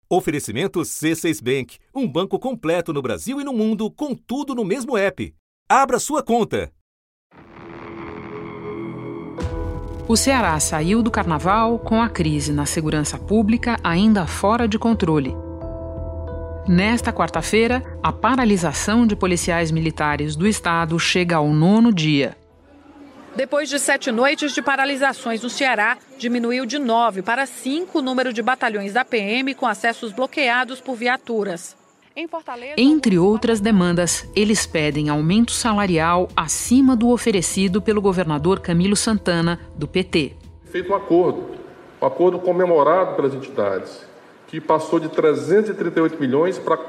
Oferecimento C6 Bank, um banco completo no Brasil e no mundo, com tudo no mesmo app. Abra sua conta. O Ceará saiu do carnaval com a crise na segurança pública ainda fora de controle. Nesta quarta-feira, a paralisação de policiais militares do estado chega ao 9º dia. Depois de 7 noites de paralisações no Ceará, diminuiu de 9 para 5 o número de batalhões da PM com acessos bloqueados por viaturas. Em Fortaleza, entre outras demandas, eles pedem aumento salarial acima do oferecido pelo governador Camilo Santana, do PT. Feito um acordo comemorado pelas entidades, que passou de 338 milhões para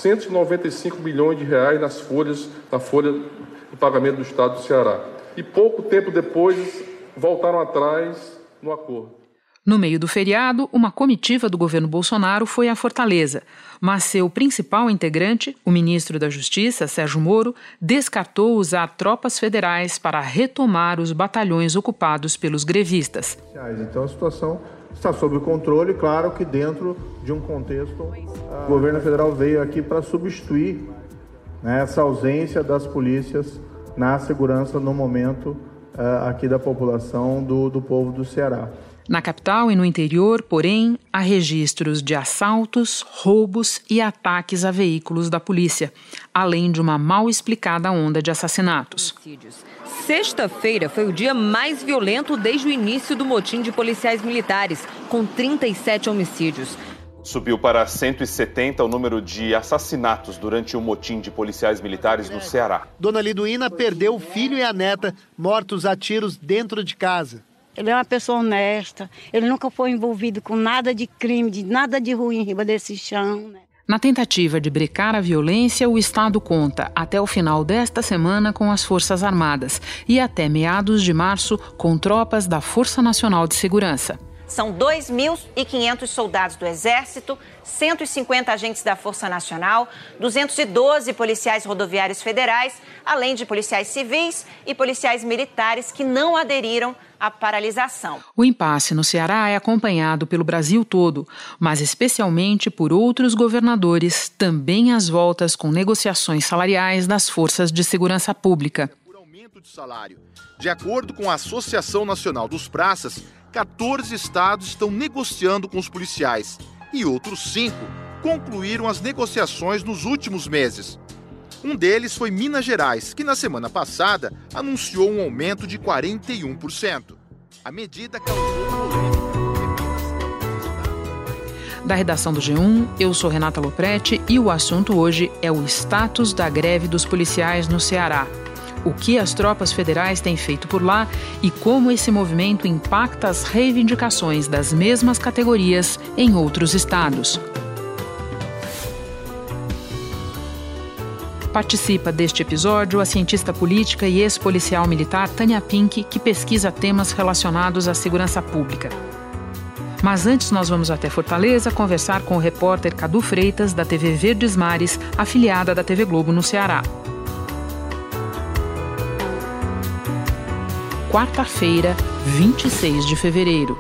495 milhões de reais na folha do pagamento do Estado do Ceará. E pouco tempo depois, voltaram atrás no acordo. No meio do feriado, uma comitiva do governo Bolsonaro foi a Fortaleza, mas seu principal integrante, o ministro da Justiça, Sérgio Moro, descartou usar tropas federais para retomar os batalhões ocupados pelos grevistas. Então a situação está sob controle, claro que dentro de um contexto, o governo federal veio aqui para substituir, essa ausência das polícias na segurança no momento aqui da população do povo do Ceará. Na capital e no interior, porém, há registros de assaltos, roubos e ataques a veículos da polícia, além de uma mal explicada onda de assassinatos. Sexta-feira foi o dia mais violento desde o início do motim de policiais militares, com 37 homicídios. Subiu para 170 o número de assassinatos durante o motim de policiais militares no Ceará. Dona Liduína perdeu o filho e a neta, mortos a tiros dentro de casa. Ele é uma pessoa honesta, ele nunca foi envolvido com nada de crime, de nada de ruim em riba desse chão. Na tentativa de brecar a violência, o Estado conta até o final desta semana com as Forças Armadas e até meados de março com tropas da Força Nacional de Segurança. São 2.500 soldados do Exército, 150 agentes da Força Nacional, 212 policiais rodoviários federais, além de policiais civis e policiais militares que não aderiram à paralisação. O impasse no Ceará é acompanhado pelo Brasil todo, mas especialmente por outros governadores, também às voltas com negociações salariais das forças de segurança pública. Por aumento de salário. De acordo com a Associação Nacional dos Praças, 14 estados estão negociando com os policiais e outros 5 concluíram as negociações nos últimos meses. Um deles foi Minas Gerais, que na semana passada anunciou um aumento de 41%. A medida causou polêmica. Da redação do G1, eu sou Renata Lopretti e o assunto hoje é o status da greve dos policiais no Ceará. O que as tropas federais têm feito por lá e como esse movimento impacta as reivindicações das mesmas categorias em outros estados. Participa deste episódio a cientista política e ex-policial militar Tânia Pink, que pesquisa temas relacionados à segurança pública. Mas antes nós vamos até Fortaleza conversar com o repórter Cadu Freitas, da TV Verdes Mares, afiliada da TV Globo no Ceará. Quarta-feira, 26 de fevereiro.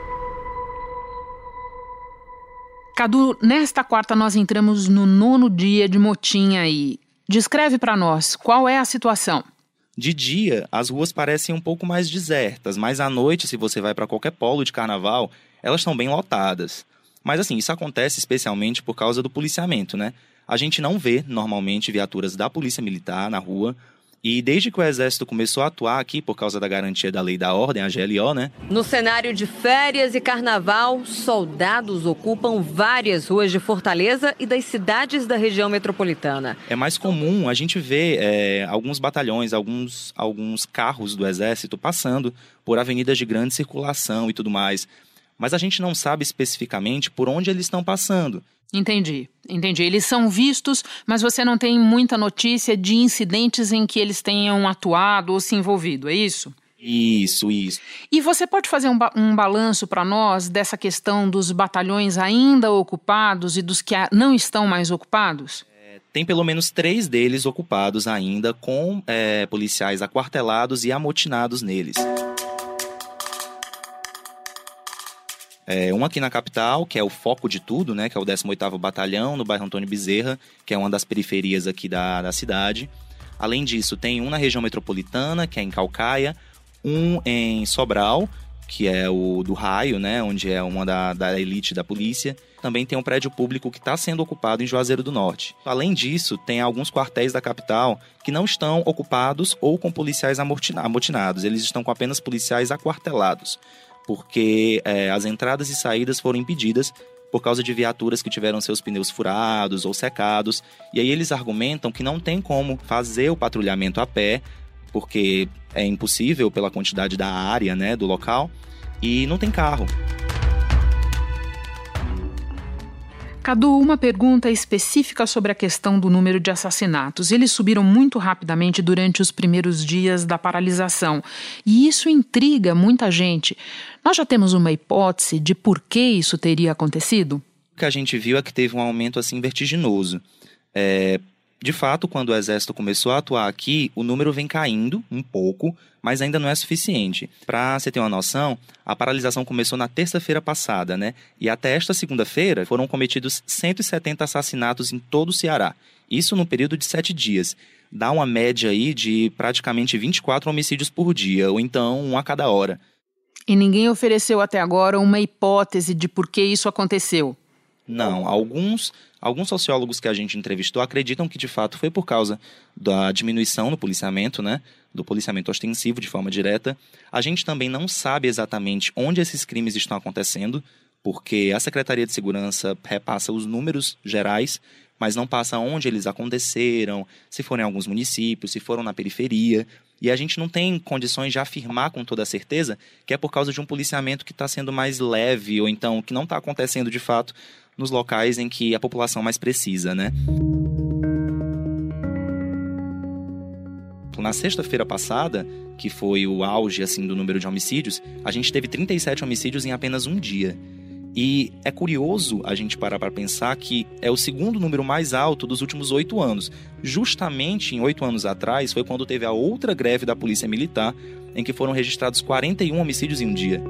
Cadu, nesta quarta nós entramos no 9º dia de motim aí. Descreve para nós qual é a situação. De dia, as ruas parecem um pouco mais desertas, mas à noite, se você vai para qualquer polo de carnaval, elas estão bem lotadas. Mas assim, isso acontece especialmente por causa do policiamento, né? A gente não vê, normalmente, viaturas da Polícia Militar na rua. E desde que o Exército começou a atuar aqui por causa da garantia da Lei da Ordem, a GLO, né? No cenário de férias e carnaval, soldados ocupam várias ruas de Fortaleza e das cidades da região metropolitana. É mais comum a gente ver alguns batalhões, alguns carros do Exército passando por avenidas de grande circulação e tudo mais. Mas a gente não sabe especificamente por onde eles estão passando. Entendi. Eles são vistos, mas você não tem muita notícia de incidentes em que eles tenham atuado ou se envolvido, é isso? Isso. E você pode fazer um balanço para nós dessa questão dos batalhões ainda ocupados e dos que não estão mais ocupados? Tem pelo menos 3 deles ocupados ainda, com policiais aquartelados e amotinados neles. Um aqui na capital, que é o foco de tudo, né, que é o 18º Batalhão, no bairro Antônio Bezerra, que é uma das periferias aqui da cidade. Além disso, tem um na região metropolitana, que é em Caucaia, um em Sobral, que é o do Raio, né, onde é uma da elite da polícia. Também tem um prédio público que está sendo ocupado em Juazeiro do Norte. Além disso, tem alguns quartéis da capital que não estão ocupados ou com policiais amotinados. Eles estão com apenas policiais aquartelados, porque as entradas e saídas foram impedidas por causa de viaturas que tiveram seus pneus furados ou secados. E aí eles argumentam que não tem como fazer o patrulhamento a pé, porque é impossível pela quantidade da área, né, do local, e não tem carro. Cadu, uma pergunta específica sobre a questão do número de assassinatos. Eles subiram muito rapidamente durante os primeiros dias da paralisação. E isso intriga muita gente. Nós já temos uma hipótese de por que isso teria acontecido? O que a gente viu é que teve um aumento assim vertiginoso. De fato, quando o Exército começou a atuar aqui, o número vem caindo um pouco, mas ainda não é suficiente. Para você ter uma noção, a paralisação começou na terça-feira passada, né? E até esta segunda-feira foram cometidos 170 assassinatos em todo o Ceará. Isso no período de 7 dias. Dá uma média aí de praticamente 24 homicídios por dia, ou então um a cada hora. E ninguém ofereceu até agora uma hipótese de por que isso aconteceu? Não, alguns sociólogos que a gente entrevistou acreditam que de fato foi por causa da diminuição no policiamento, né? Do policiamento ostensivo de forma direta. A gente também não sabe exatamente onde esses crimes estão acontecendo, porque a Secretaria de Segurança repassa os números gerais, mas não passa onde eles aconteceram, se foram em alguns municípios, se foram na periferia. E a gente não tem condições de afirmar com toda certeza que é por causa de um policiamento que está sendo mais leve, ou então que não está acontecendo de fato nos locais em que a população mais precisa, né? Na sexta-feira passada, que foi o auge assim, do número de homicídios, a gente teve 37 homicídios em apenas um dia. E é curioso a gente parar para pensar que é o segundo número mais alto dos últimos 8 anos. Justamente em 8 anos atrás foi quando teve a outra greve da Polícia Militar, em que foram registrados 41 homicídios em um dia.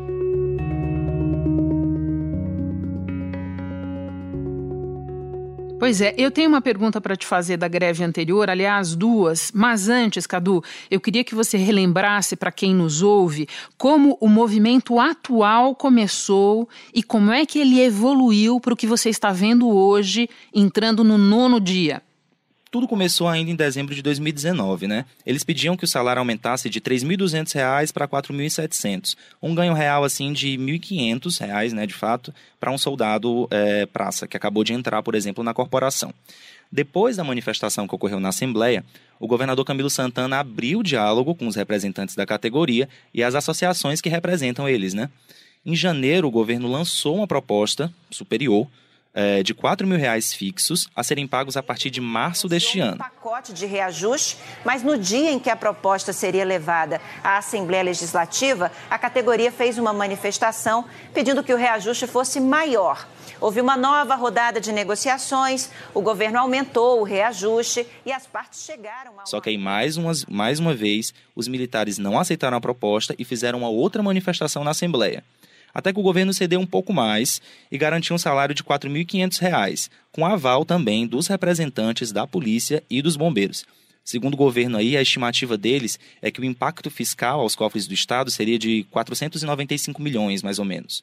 Pois é, eu tenho uma pergunta para te fazer da greve anterior, aliás, 2, mas antes, Cadu, eu queria que você relembrasse para quem nos ouve como o movimento atual começou e como é que ele evoluiu para o que você está vendo hoje, entrando no 9º dia. Tudo começou ainda em dezembro de 2019, né? Eles pediam que o salário aumentasse de R$ 3.200 para R$ 4.700. Um ganho real, assim, de R$ 1.500, né, de fato, para um soldado praça, que acabou de entrar, por exemplo, na corporação. Depois da manifestação que ocorreu na Assembleia, o governador Camilo Santana abriu o diálogo com os representantes da categoria e as associações que representam eles, né? Em janeiro, o governo lançou uma proposta superior de R$ 4.000 fixos a serem pagos a partir de março deste ano. Um pacote de reajuste, mas no dia em que a proposta seria levada à Assembleia Legislativa, a categoria fez uma manifestação pedindo que o reajuste fosse maior. Houve uma nova rodada de negociações, o governo aumentou o reajuste e as partes chegaram a... Só que aí, mais uma vez, os militares não aceitaram a proposta e fizeram uma outra manifestação na Assembleia. Até que o governo cedeu um pouco mais e garantiu um salário de R$ 4.500, com aval também dos representantes da polícia e dos bombeiros. Segundo o governo aí, a estimativa deles é que o impacto fiscal aos cofres do Estado seria de 495 milhões, mais ou menos.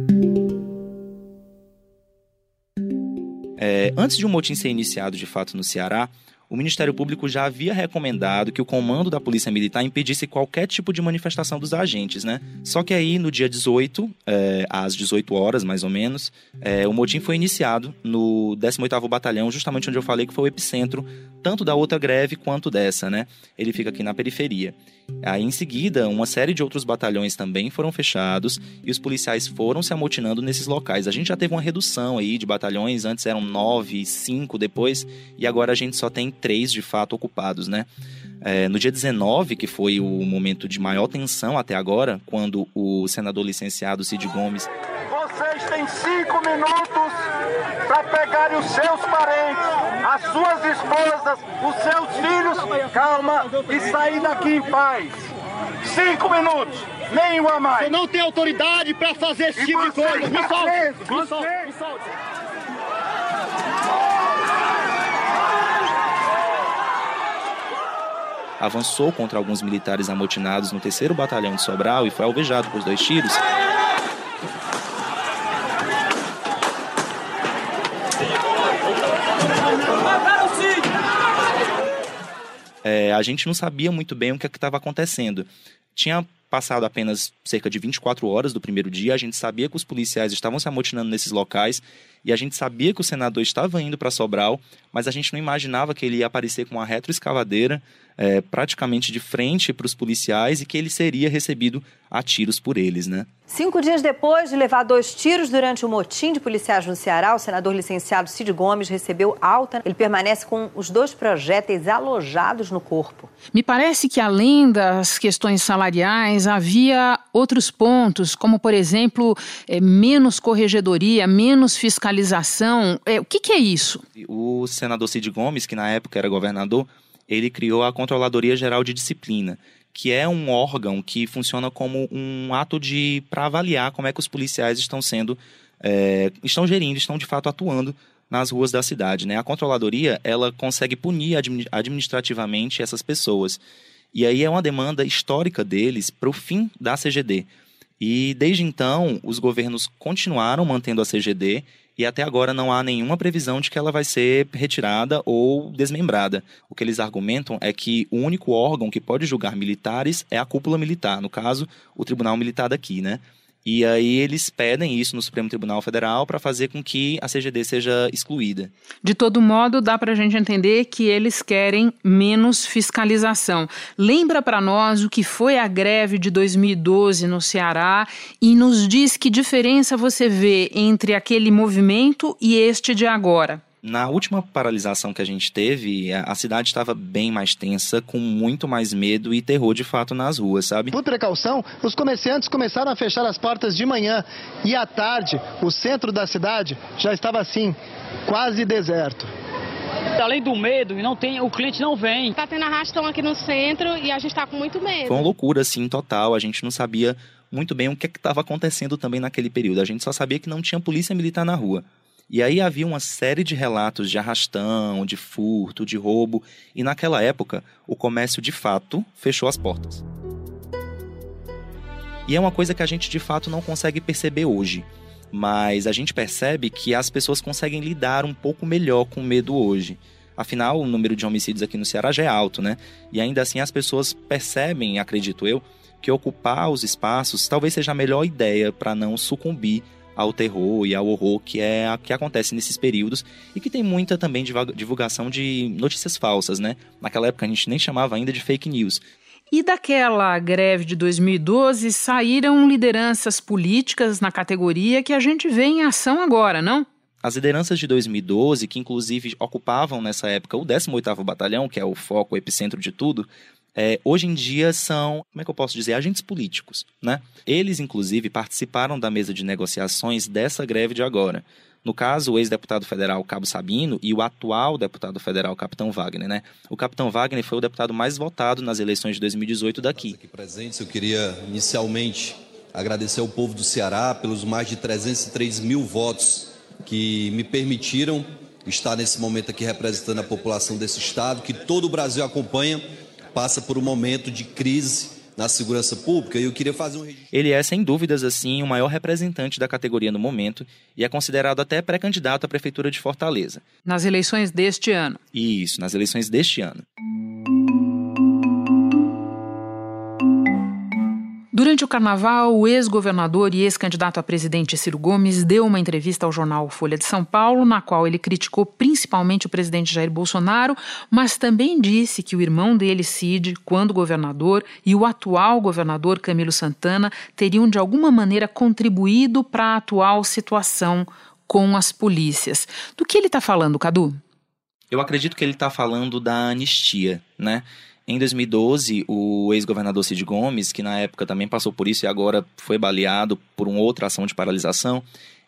Antes de um motim ser iniciado de fato no Ceará, o Ministério Público já havia recomendado que o comando da Polícia Militar impedisse qualquer tipo de manifestação dos agentes, né? Só que aí, no dia 18, às 18 horas, mais ou menos, o motim foi iniciado no 18º Batalhão, justamente onde eu falei que foi o epicentro tanto da outra greve quanto dessa, né? Ele fica aqui na periferia. Aí, em seguida, uma série de outros batalhões também foram fechados e os policiais foram se amotinando nesses locais. A gente já teve uma redução aí de batalhões, antes eram 9, 5 depois, e agora a gente só tem 3 de fato ocupados, né? No dia 19, que foi o momento de maior tensão até agora, quando o senador licenciado Cid Gomes... Vocês têm 5 minutos para pegarem os seus parentes, as suas esposas, os seus filhos, calma, e sair daqui em paz. 5 minutos. Nenhuma mais. Você não tem autoridade para fazer esse tipo de coisa. Me solte. Me solte. Avançou contra alguns militares amotinados no 3º Batalhão de Sobral e foi alvejado por 2 tiros. A gente não sabia muito bem o que estava acontecendo. Tinha passado apenas cerca de 24 horas do primeiro dia, a gente sabia que os policiais estavam se amotinando nesses locais e a gente sabia que o senador estava indo para Sobral, mas a gente não imaginava que ele ia aparecer com uma retroescavadeira praticamente de frente para os policiais e que ele seria recebido a tiros por eles, né? 5 dias depois de levar 2 tiros durante o motim de policiais no Ceará, o senador licenciado Cid Gomes recebeu alta. Ele permanece com os 2 projéteis alojados no corpo. Me parece que, além das questões salariais, havia outros pontos, como, por exemplo, menos corregedoria, menos fiscalização. O que é isso? O senador Cid Gomes, que na época era governador, ele criou a Controladoria Geral de Disciplina, que é um órgão que funciona como um ato para avaliar como é que os policiais estão gerindo, estão de fato atuando nas ruas da cidade, né? A controladoria, ela consegue punir administrativamente essas pessoas. E aí é uma demanda histórica deles para o fim da CGD. E desde então, os governos continuaram mantendo a CGD e até agora não há nenhuma previsão de que ela vai ser retirada ou desmembrada. O que eles argumentam é que o único órgão que pode julgar militares é a cúpula militar, no caso, o Tribunal Militar daqui, né? E aí eles pedem isso no Supremo Tribunal Federal para fazer com que a CGD seja excluída. De todo modo, dá para a gente entender que eles querem menos fiscalização. Lembra para nós o que foi a greve de 2012 no Ceará e nos diz que diferença você vê entre aquele movimento e este de agora. Na última paralisação que a gente teve, a cidade estava bem mais tensa, com muito mais medo e terror de fato nas ruas, sabe? Por precaução, os comerciantes começaram a fechar as portas de manhã e à tarde, o centro da cidade já estava assim, quase deserto. Além do medo, o cliente não vem. Está tendo arrastão aqui no centro e a gente está com muito medo. Foi uma loucura, assim, total. A gente não sabia muito bem o que estava acontecendo também naquele período. A gente só sabia que não tinha polícia militar na rua. E aí havia uma série de relatos de arrastão, de furto, de roubo. E naquela época, o comércio de fato fechou as portas. E é uma coisa que a gente de fato não consegue perceber hoje. Mas a gente percebe que as pessoas conseguem lidar um pouco melhor com o medo hoje. Afinal, o número de homicídios aqui no Ceará já é alto, né? E ainda assim as pessoas percebem, acredito eu, que ocupar os espaços talvez seja a melhor ideia para não sucumbir ao terror e ao horror que acontece nesses períodos e que tem muita também divulgação de notícias falsas, né? Naquela época a gente nem chamava ainda de fake news. E daquela greve de 2012 saíram lideranças políticas na categoria que a gente vê em ação agora, não? As lideranças de 2012, que inclusive ocupavam nessa época o 18º Batalhão, que é o foco, o epicentro de tudo, hoje em dia são, como é que eu posso dizer, agentes políticos, né? Eles, inclusive, participaram da mesa de negociações dessa greve de agora. No caso, o ex-deputado federal Cabo Sabino e o atual deputado federal Capitão Wagner, né? O Capitão Wagner foi o deputado mais votado nas eleições de 2018 daqui. Aqui presentes, eu queria inicialmente agradecer ao povo do Ceará pelos mais de 303 mil votos que me permitiram estar nesse momento aqui representando a população desse estado, que todo o Brasil acompanha, passa por um momento de crise na segurança pública, e eu queria fazer um registro. Ele é, sem dúvidas, assim, o maior representante da categoria no momento e é considerado até pré-candidato à Prefeitura de Fortaleza. Nas eleições deste ano. Isso, nas eleições deste ano. Durante o carnaval, o ex-governador e ex-candidato a presidente Ciro Gomes deu uma entrevista ao jornal Folha de São Paulo, na qual ele criticou principalmente o presidente Jair Bolsonaro, mas também disse que o irmão dele, Cid, quando governador, e o atual governador Camilo Santana teriam de alguma maneira contribuído para a atual situação com as polícias. Do que ele está falando, Cadu? Eu acredito que ele está falando da anistia, né? Em 2012, o ex-governador Cid Gomes, que na época também passou por isso e agora foi baleado por uma outra ação de paralisação,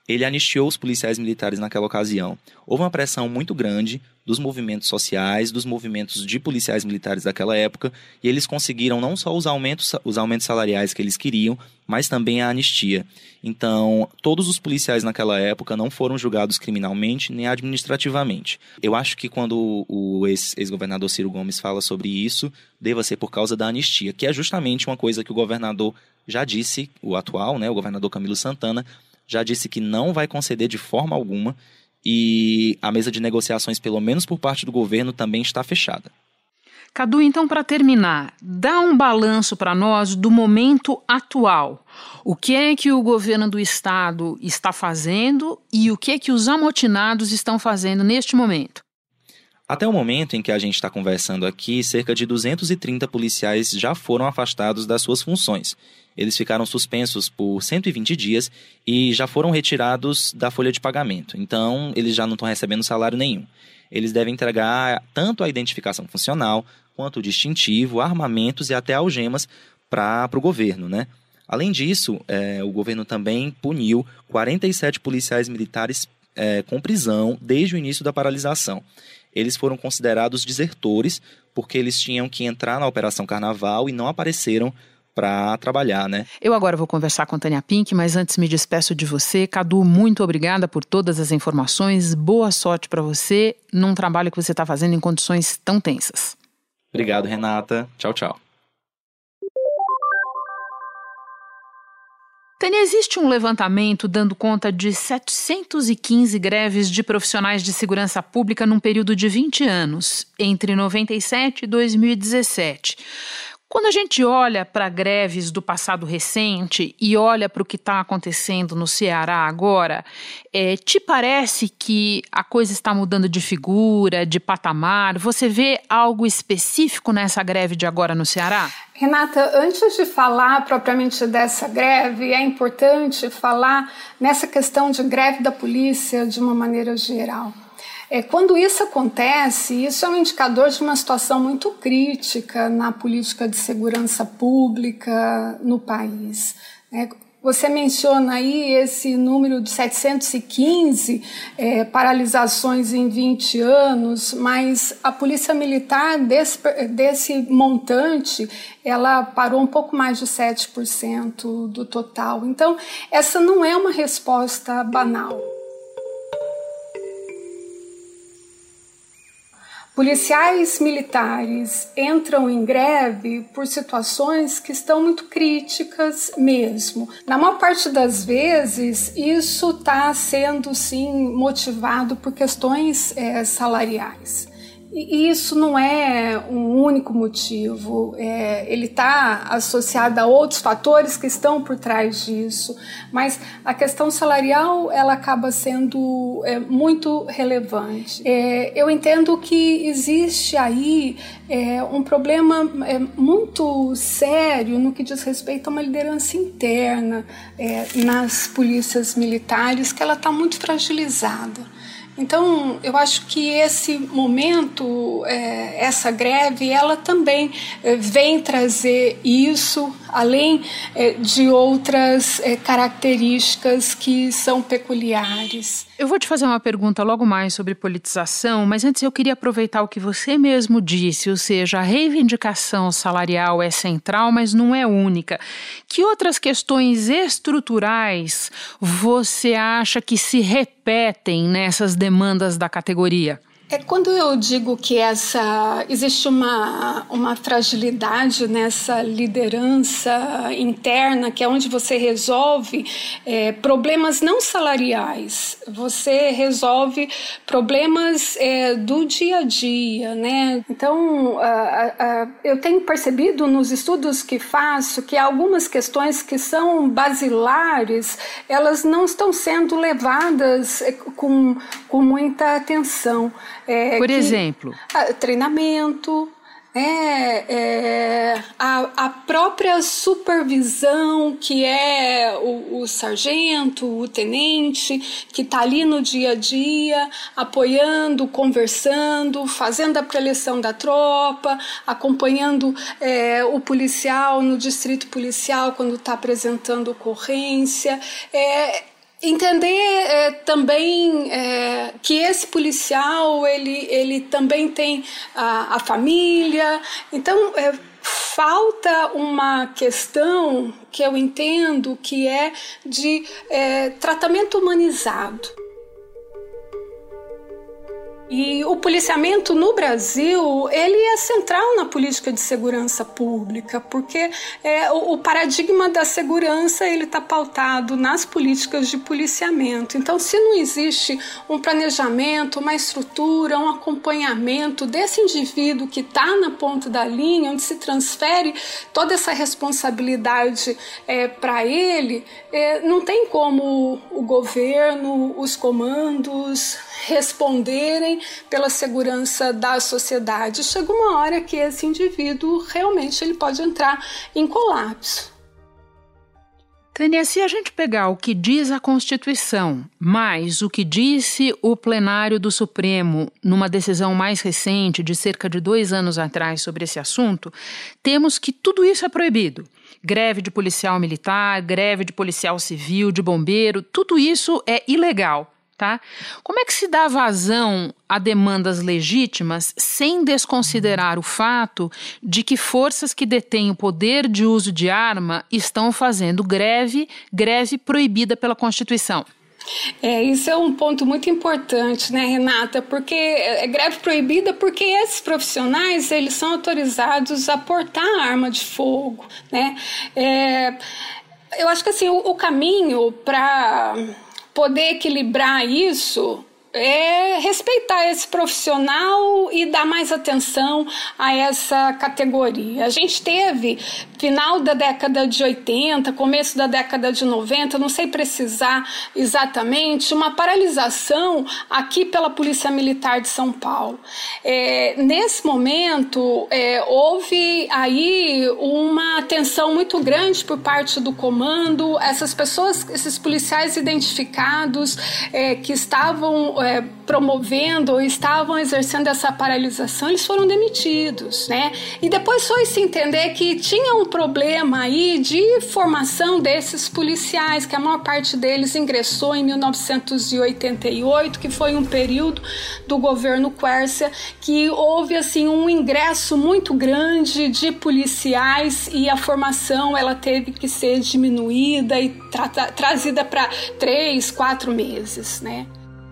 ele anistiou os policiais militares naquela ocasião. Houve uma pressão muito grande dos movimentos sociais, dos movimentos de policiais militares daquela época, e eles conseguiram não só os aumentos salariais que eles queriam, mas também a anistia. Então, todos os policiais naquela época não foram julgados criminalmente nem administrativamente. Eu acho que quando o ex-governador Ciro Gomes fala sobre isso, deva ser por causa da anistia, que é justamente uma coisa que o governador já disse, o atual, o governador Camilo Santana, já disse que não vai conceder de forma alguma, e a mesa de negociações, pelo menos por parte do governo, também está fechada. Cadu, então, para terminar, dá um balanço para nós do momento atual. O que é que o governo do estado está fazendo e o que é que os amotinados estão fazendo neste momento? Até o momento em que a gente está conversando aqui, cerca de 230 policiais já foram afastados das suas funções. Eles ficaram suspensos por 120 dias e já foram retirados da folha de pagamento. Então, eles já não estão recebendo salário nenhum. Eles devem entregar tanto a identificação funcional, quanto o distintivo, armamentos e até algemas para o governo, né? Além disso, o governo também puniu 47 policiais militares com prisão desde o início da paralisação. Eles foram considerados desertores porque eles tinham que entrar na Operação Carnaval e não apareceram para trabalhar, né? Eu agora vou conversar com a Tânia Pink, mas antes me despeço de você. Cadu, muito obrigada por todas as informações. Boa sorte para você num trabalho que você está fazendo em condições tão tensas. Obrigado, Renata. Tchau, tchau. Tânia, existe um levantamento dando conta de 715 greves de profissionais de segurança pública num período de 20 anos, entre 97 e 2017. Quando a gente olha para greves do passado recente e olha para o que está acontecendo no Ceará agora, te parece que a coisa está mudando de figura, de patamar? Você vê algo específico nessa greve de agora no Ceará? Renata, antes de falar propriamente dessa greve, é importante falar nessa questão de greve da polícia de uma maneira geral. Quando isso acontece, isso é um indicador de uma situação muito crítica na política de segurança pública no país. Você menciona aí esse número de 715 paralisações em 20 anos, mas a Polícia Militar, desse montante, ela parou um pouco mais de 7% do total. Então, essa não é uma resposta banal. Policiais militares entram em greve por situações que estão muito críticas mesmo. Na maior parte das vezes, isso está sendo, sim, motivado por questões salariais. E isso não é um único motivo, ele está associado a outros fatores que estão por trás disso, mas a questão salarial ela acaba sendo muito relevante. Eu entendo que existe aí um problema muito sério no que diz respeito a uma liderança interna nas polícias militares, que ela está muito fragilizada. Então, eu acho que esse momento, essa greve, ela também vem trazer isso, além de outras características que são peculiares. Eu vou te fazer uma pergunta logo mais sobre politização, mas antes eu queria aproveitar o que você mesmo disse, ou seja, a reivindicação salarial é central, mas não é única. Que outras questões estruturais você acha que se repetem nessas demandas da categoria? Quando eu digo que existe uma fragilidade nessa liderança interna, que é onde você resolve problemas não salariais, você resolve problemas do dia a dia, né? Então, eu tenho percebido nos estudos que faço que algumas questões que são basilares, elas não estão sendo levadas com muita atenção. Por exemplo? Treinamento, a própria supervisão, que é o sargento, o tenente, que está ali no dia a dia, apoiando, conversando, fazendo a preleção da tropa, acompanhando o policial no distrito policial quando está apresentando ocorrência. Entender também que esse policial ele também tem a família. Então, falta uma questão que eu entendo que é de tratamento humanizado. E o policiamento no Brasil, ele é central na política de segurança pública, porque o paradigma da segurança ele está pautado nas políticas de policiamento. Então, se não existe um planejamento, uma estrutura, um acompanhamento desse indivíduo que está na ponta da linha, onde se transfere toda essa responsabilidade para ele, não tem como o governo, os comandos responderem pela segurança da sociedade. Chega uma hora que esse indivíduo realmente ele pode entrar em colapso. Tânia, se a gente pegar o que diz a Constituição, mais o que disse o plenário do Supremo numa decisão mais recente, de cerca de 2 anos atrás, sobre esse assunto, temos que tudo isso é proibido. Greve de policial militar, greve de policial civil, de bombeiro, tudo isso é ilegal. Tá? Como é que se dá vazão a demandas legítimas sem desconsiderar o fato de que forças que detêm o poder de uso de arma estão fazendo greve proibida pela Constituição? Isso é um ponto muito importante, né, Renata? Porque é greve proibida porque esses profissionais eles são autorizados a portar arma de fogo, né? Eu acho que assim, o caminho para poder equilibrar isso é respeitar esse profissional e dar mais atenção a essa categoria. A gente teve, final da década de 80, começo da década de 90, não sei precisar exatamente, uma paralisação aqui pela Polícia Militar de São Paulo. Nesse momento, houve aí uma atenção muito grande por parte do comando, essas pessoas, esses policiais identificados que estavam promovendo ou estavam exercendo essa paralisação, eles foram demitidos, né? E depois foi se entender que tinha um problema aí de formação desses policiais, que a maior parte deles ingressou em 1988, que foi um período do governo Quércia, que houve assim um ingresso muito grande de policiais e a formação ela teve que ser diminuída e trazida para 3, 4 meses, né?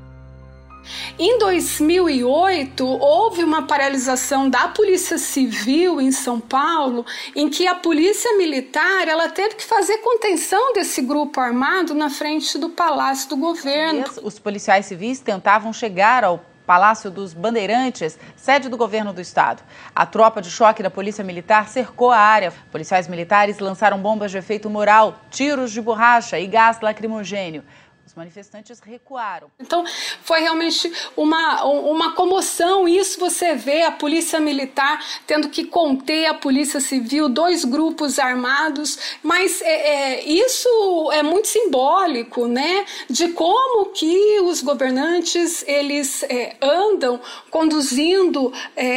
Em 2008, houve uma paralisação da Polícia Civil em São Paulo, em que a Polícia Militar ela teve que fazer contenção desse grupo armado na frente do Palácio do Governo. Os policiais civis tentavam chegar ao Palácio dos Bandeirantes, sede do governo do estado. A tropa de choque da Polícia Militar cercou a área. Policiais militares lançaram bombas de efeito moral, tiros de borracha e gás lacrimogênio. Os manifestantes recuaram. Então, foi realmente uma comoção. Isso você vê a Polícia Militar tendo que conter a Polícia Civil, 2 grupos armados, mas isso é muito simbólico, né, de como que os governantes eles andam conduzindo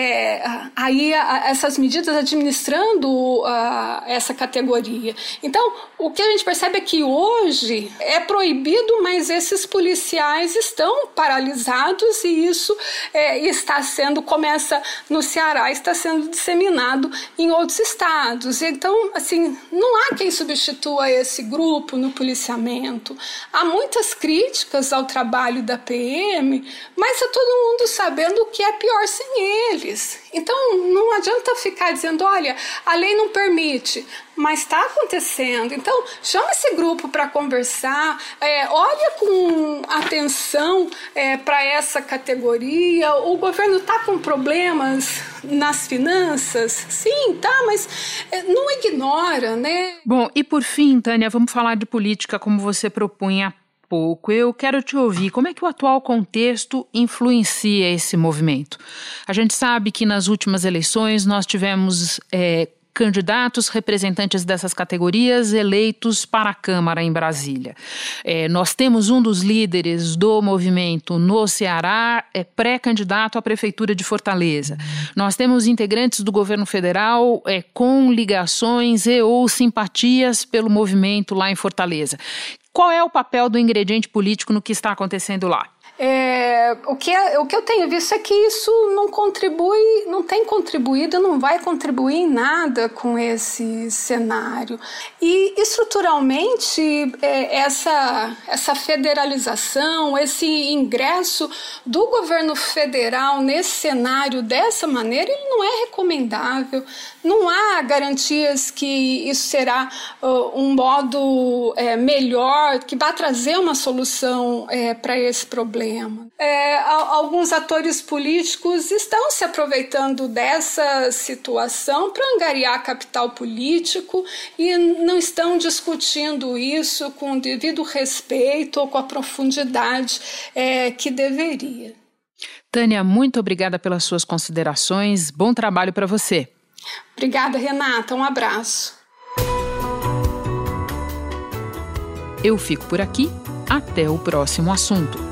aí essas medidas, administrando essa categoria. Então, o que a gente percebe é que hoje é proibido, mas esses policiais estão paralisados e isso começa no Ceará, está sendo disseminado em outros estados. Então, assim, não há quem substitua esse grupo no policiamento. Há muitas críticas ao trabalho da PM, mas está todo mundo sabendo que é pior sem eles. Então, não adianta ficar dizendo, olha, a lei não permite, mas está acontecendo. Então, chama esse grupo para conversar, olha com atenção para essa categoria. O governo está com problemas nas finanças? Sim, tá, mas não ignora, né? Bom, e por fim, Tânia, vamos falar de política como você propunha pouco. Eu quero te ouvir. Como é que o atual contexto influencia esse movimento? A gente sabe que nas últimas eleições nós tivemos candidatos representantes dessas categorias eleitos para a Câmara em Brasília. Nós temos um dos líderes do movimento no Ceará, pré-candidato à Prefeitura de Fortaleza. Nós temos integrantes do governo federal com ligações e ou simpatias pelo movimento lá em Fortaleza. Qual é o papel do ingrediente político no que está acontecendo lá? O que eu tenho visto é que isso não tem contribuído, não vai contribuir em nada com esse cenário. E estruturalmente essa federalização, esse ingresso do governo federal nesse cenário dessa maneira, ele não é recomendável. Não há garantias que isso será um modo melhor, que vai trazer uma solução para esse problema. Alguns atores políticos estão se aproveitando dessa situação para angariar capital político e não estão discutindo isso com o devido respeito ou com a profundidade que deveria. Tânia, muito obrigada pelas suas considerações. Bom trabalho para você. Obrigada, Renata. Um abraço. Eu fico por aqui. Até o próximo assunto.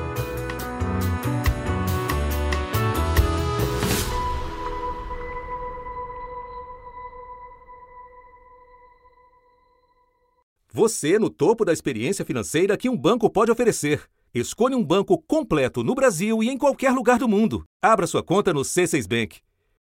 Você no topo da experiência financeira que um banco pode oferecer. Escolha um banco completo no Brasil e em qualquer lugar do mundo. Abra sua conta no C6 Bank.